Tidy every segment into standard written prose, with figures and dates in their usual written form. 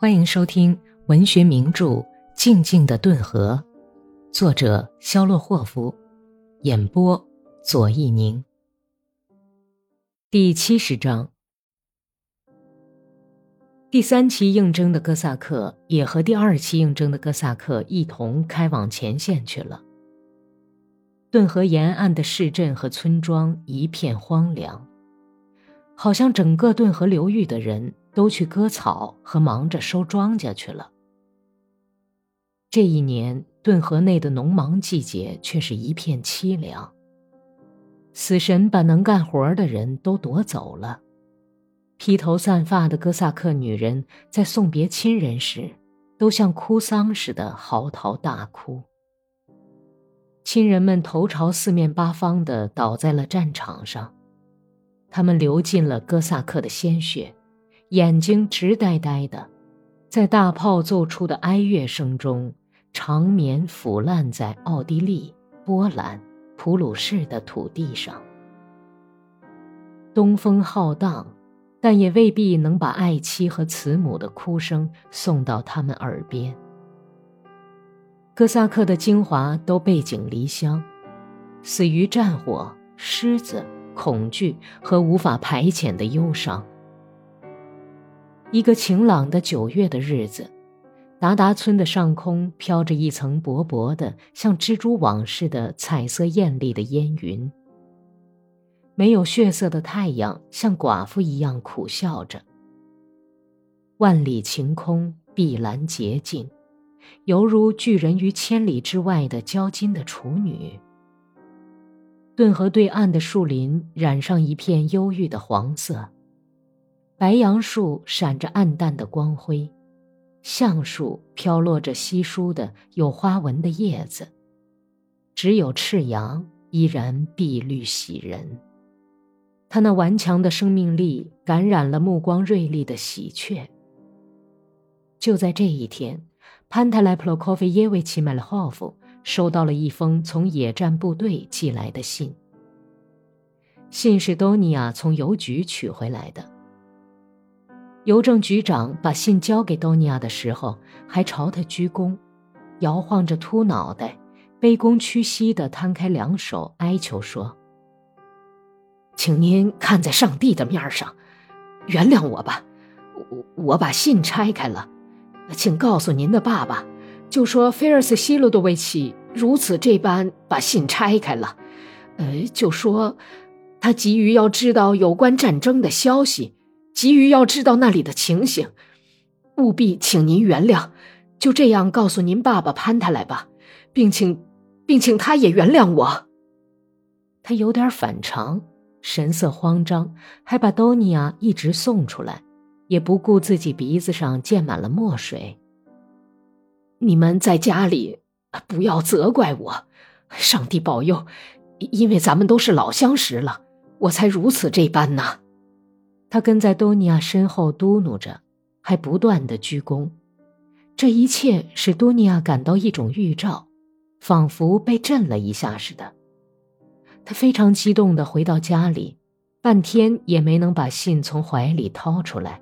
欢迎收听文学名著《静静的顿河》，作者肖洛霍夫，演播左一宁。第70章。第3期应征的哥萨克也和第2期应征的哥萨克一同开往前线去了。顿河沿岸的市镇和村庄一片荒凉，好像整个顿河流域的人都去割草和忙着收庄稼去了。这一年，顿河内的农忙季节却是一片凄凉。死神把能干活的人都夺走了。披头散发的哥萨克女人在送别亲人时，都像哭丧似的嚎啕大哭。亲人们头朝四面八方地倒在了战场上，他们流尽了哥萨克的鲜血，眼睛直呆呆的，在大炮奏出的哀乐声中，长眠腐烂在奥地利、波兰、普鲁士的土地上。东风浩荡，但也未必能把爱妻和慈母的哭声送到他们耳边。哥萨克的精华都背井离乡，死于战火、狮子、恐惧和无法排遣的忧伤。一个晴朗的9月的日子，达达村的上空飘着一层薄薄的像蜘蛛网似的彩色艳丽的烟云。没有血色的太阳像寡妇一样苦笑着。万里晴空，碧蓝洁净，犹如拒人于千里之外的交金的处女。顿河对岸的树林染上一片忧郁的黄色，白杨树闪着暗淡的光辉，橡树飘落着稀疏的有花纹的叶子，只有赤杨依然碧绿喜人。它那顽强的生命力感染了目光锐利的喜鹊。就在这一天，潘泰莱普洛科菲耶维奇麦勒霍夫收到了一封从野战部队寄来的信。信是多尼亚从邮局取回来的。邮政局长把信交给多尼亚的时候，还朝他鞠躬，摇晃着秃脑袋，卑躬屈膝地摊开2手，哀求说：“请您看在上帝的面上，原谅我吧，我把信拆开了，请告诉您的爸爸，就说菲尔斯西洛多维奇如此这般把信拆开了，就说他急于要知道有关战争的消息，急于要知道那里的情形，务必请您原谅，就这样告诉您爸爸潘泰莱吧，并请他也原谅我。”他有点反常，神色慌张，还把多尼亚一直送出来，也不顾自己鼻子上溅满了墨水。你们在家里不要责怪我，上帝保佑，因为咱们都是老相识了，我才如此这般呢。他跟在多尼亚身后嘟囔着，还不断地鞠躬。这一切使多尼亚感到一种预兆，仿佛被震了一下似的。他非常激动地回到家里，半天也没能把信从怀里掏出来。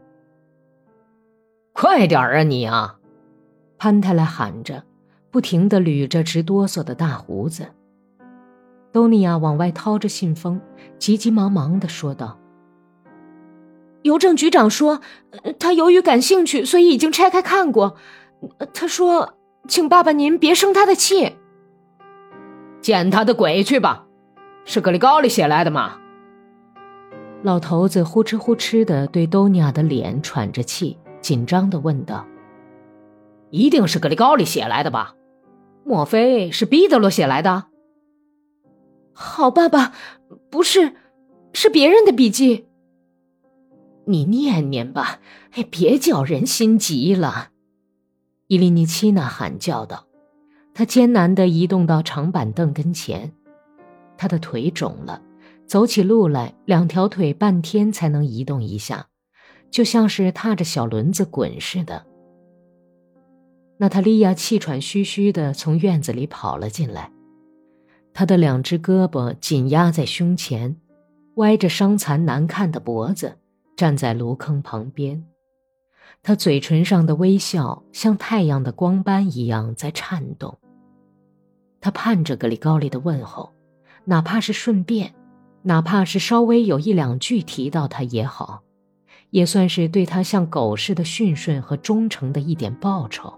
快点啊你啊！潘泰莱喊着，不停地捋着直哆嗦的大胡子。多尼亚往外掏着信封，急急忙忙地说道：“邮政局长说，他由于感兴趣，所以已经拆开看过。他说，请爸爸您别生他的气。”见他的鬼去吧！是格里高利写来的吗？老头子呼哧呼哧地对多尼亚的脸喘着气，紧张地问道：“一定是格里高利写来的吧？莫非是彼得罗写来的？”“好爸爸，不是，是别人的笔记。”“你念念吧，别叫人心急了。”伊利尼奇娜喊叫道。他艰难地移动到长板凳跟前，他的腿肿了，走起路来2条腿半天才能移动一下，就像是踏着小轮子滚似的。娜塔莉亚气喘吁吁地从院子里跑了进来，她的2只胳膊紧压在胸前，歪着伤残难看的脖子，站在炉坑旁边。 他嘴唇上的微笑像太阳的光斑一样在颤动。他盼着格里高利的问候，哪怕是顺便，哪怕是稍微有一两句提到他也好，也算是对他像狗似的驯顺和忠诚的一点报酬。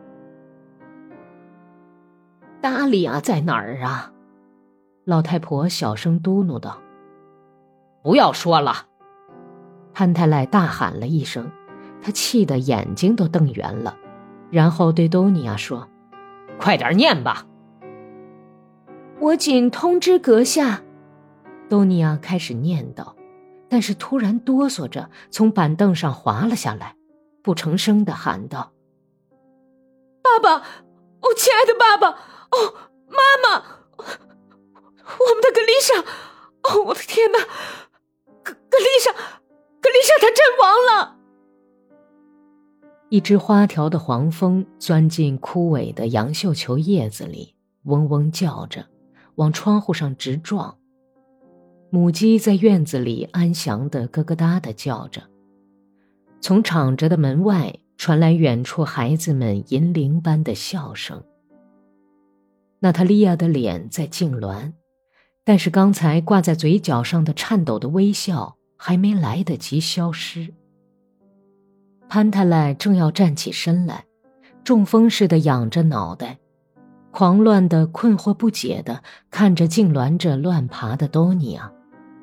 达利亚在哪儿啊？老太婆小声嘟哝道。不要说了！潘太莱大喊了一声，他气得眼睛都瞪圆了，然后对多尼亚说：快点念吧。我谨通知阁下。多尼亚开始念叨，但是突然哆嗦着从板凳上滑了下来，不成声地喊道：爸爸，哦，亲爱的爸爸，哦，妈妈，我们的格丽莎，哦，我的天哪，格丽莎她阵亡了。一只花条的黄蜂钻进枯萎的杨绣球叶子里，嗡嗡叫着，往窗户上直撞。母鸡在院子里安详地咯咯哒地叫着。从敞着的门外传来远处孩子们银铃般的笑声。娜塔莉亚的脸在痉挛，但是刚才挂在嘴角上的颤抖的微笑还没来得及消失。潘太莱正要站起身来，中风似的仰着脑袋，狂乱的困惑不解地看着痉挛着乱爬的多尼亚。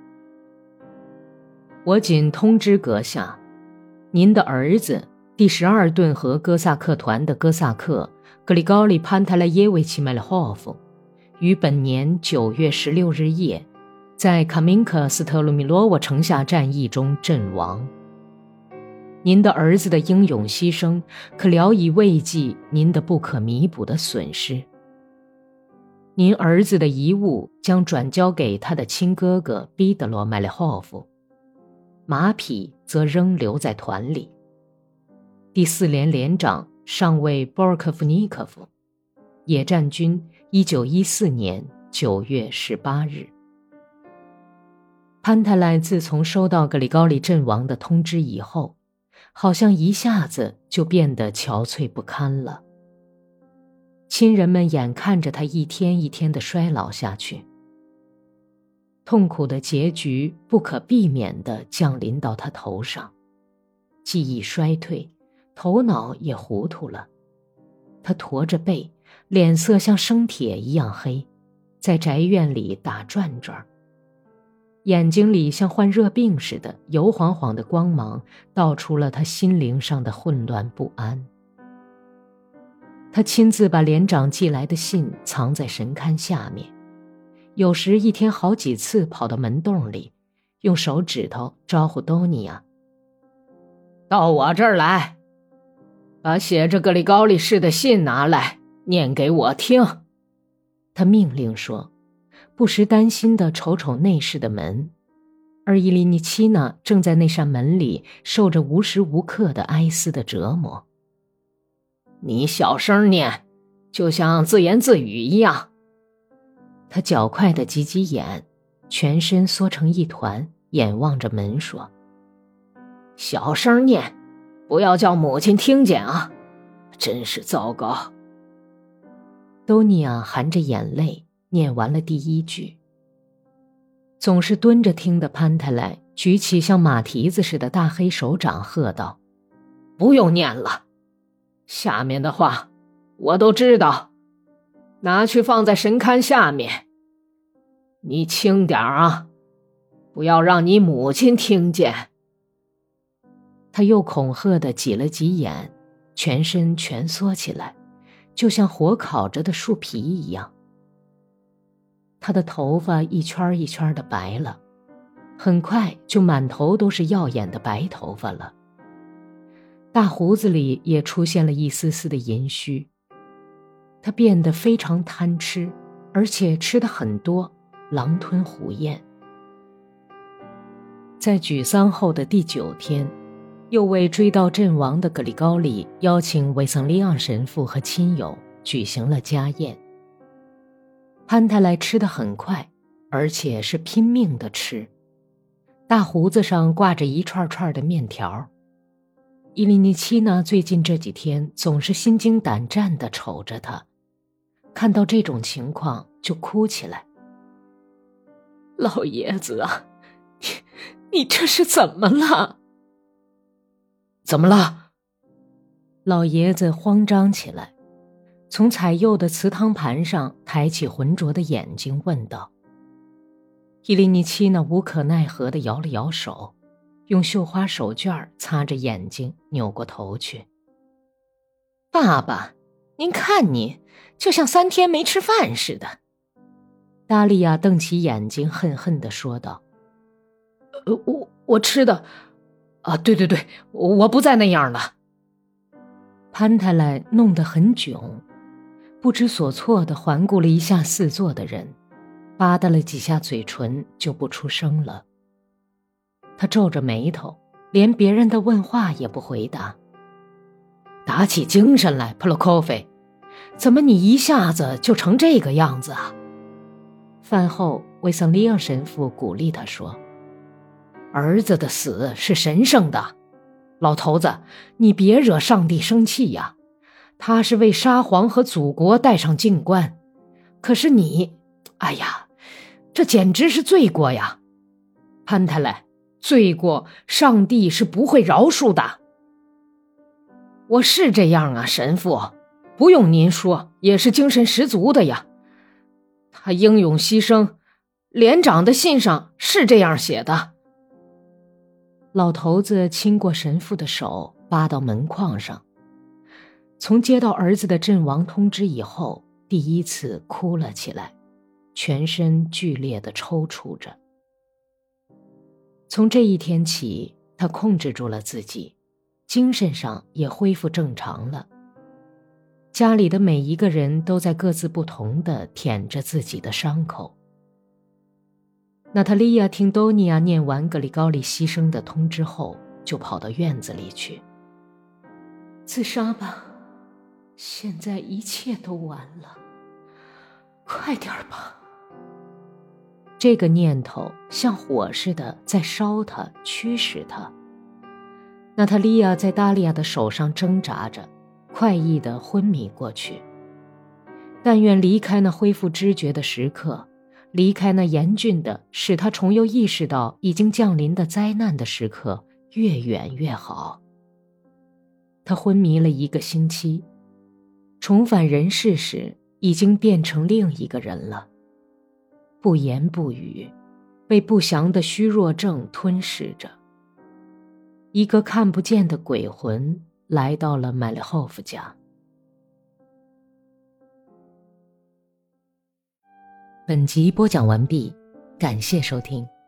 我谨通知阁下，您的儿子第12顿河哥萨克团的哥萨克格里高利·潘泰莱耶维奇·麦勒霍夫于本年9月16日夜在卡明克斯特鲁米洛沃城下战役中阵亡。您的儿子的英勇牺牲可聊以慰藉您的不可弥补的损失。您儿子的遗物将转交给他的亲哥哥彼得罗·麦列霍夫，马匹则仍留在团里。第4连连长上尉波尔科夫尼科夫，野战军1914年9月18日。潘泰莱自从收到格里高利阵亡的通知以后，好像一下子就变得憔悴不堪了。亲人们眼看着他一天一天地衰老下去，痛苦的结局不可避免地降临到他头上，记忆衰退，头脑也糊涂了。他驼着背，脸色像生铁一样黑，在宅院里打转转，眼睛里像患热病似的油晃晃的光芒道出了他心灵上的混乱不安。他亲自把连长寄来的信藏在神龛下面，有时一天好几次跑到门洞里，用手指头招呼多尼亚：到我这儿来，把写着格里高利氏的信拿来，念给我听。他命令说，不时担心地瞅瞅内室的门，而伊利尼奇娜正在那扇门里受着无时无刻的哀思的折磨。你小声念，就像自言自语一样。他较快地挤挤眼，全身缩成一团，眼望着门说：小声念，不要叫母亲听见啊，真是糟糕。多尼亚含着眼泪念完了第1句。总是蹲着听的潘泰莱举起像马蹄子似的大黑手掌，喝道：不用念了，下面的话我都知道，拿去放在神龛下面。你轻点啊，不要让你母亲听见。他又恐吓地挤了挤眼，全身蜷缩起来，就像火烤着的树皮一样。他的头发一圈一圈的白了，很快就满头都是耀眼的白头发了。大胡子里也出现了一丝丝的银须。他变得非常贪吃，而且吃得很多，狼吞虎咽。在举丧后的第9天，又为追悼阵亡的格里高利邀请维桑利昂神父和亲友举行了家宴。潘泰莱吃得很快，而且是拼命地吃，大胡子上挂着一串串的面条。 伊利尼奇娜最近这几天总是心惊胆战地瞅着他，看到这种情况就哭起来。老爷子啊，你这是怎么了？ 怎么了？ 老爷子慌张起来，从彩釉的瓷汤盘上抬起浑浊的眼睛问道。伊利尼奇娜无可奈何地摇了摇手，用绣花手绢擦着眼睛，扭过头去。爸爸，您看你就像3天没吃饭似的。达利亚瞪起眼睛恨恨地说道。 我吃的啊，对，我不再那样了。 潘太来弄得很囧，不知所措地环顾了一下四座的人，吧嗒了几下嘴唇就不出声了。他皱着眉头，连别人的问话也不回答。 打起精神来，普洛科菲，怎么你一下子就成这个样子啊？ 饭后，维桑利尔神父鼓励他说： 儿子的死是神圣的，老头子，你别惹上帝生气呀。他是为沙皇和祖国戴上镜冠，可是你，哎呀，这简直是罪过呀！潘太来，罪过上帝是不会饶恕的。我是这样啊，神父，不用您说，也是精神十足的呀。他英勇牺牲，连长的信上是这样写的。 老头子亲过神父的手，扒到门框上。从接到儿子的阵亡通知以后，第一次哭了起来，全身剧烈地抽搐着。从这一天起，他控制住了自己，精神上也恢复正常了。家里的每一个人都在各自不同地舔着自己的伤口。娜塔莉亚听多尼亚念完格里高利牺牲的通知后，就跑到院子里去。自杀吧，现在一切都晚了，快点吧。这个念头像火似的在烧他，驱使他。娜塔莉亚在达利亚的手上挣扎着，快意地昏迷过去。但愿离开那恢复知觉的时刻，离开那严峻的使他重又意识到已经降临的灾难的时刻越远越好。他昏迷了1个星期，重返人世时已经变成另一个人了，不言不语，被不祥的虚弱症吞噬着。一个看不见的鬼魂来到了麦列霍夫家。本集播讲完毕，感谢收听。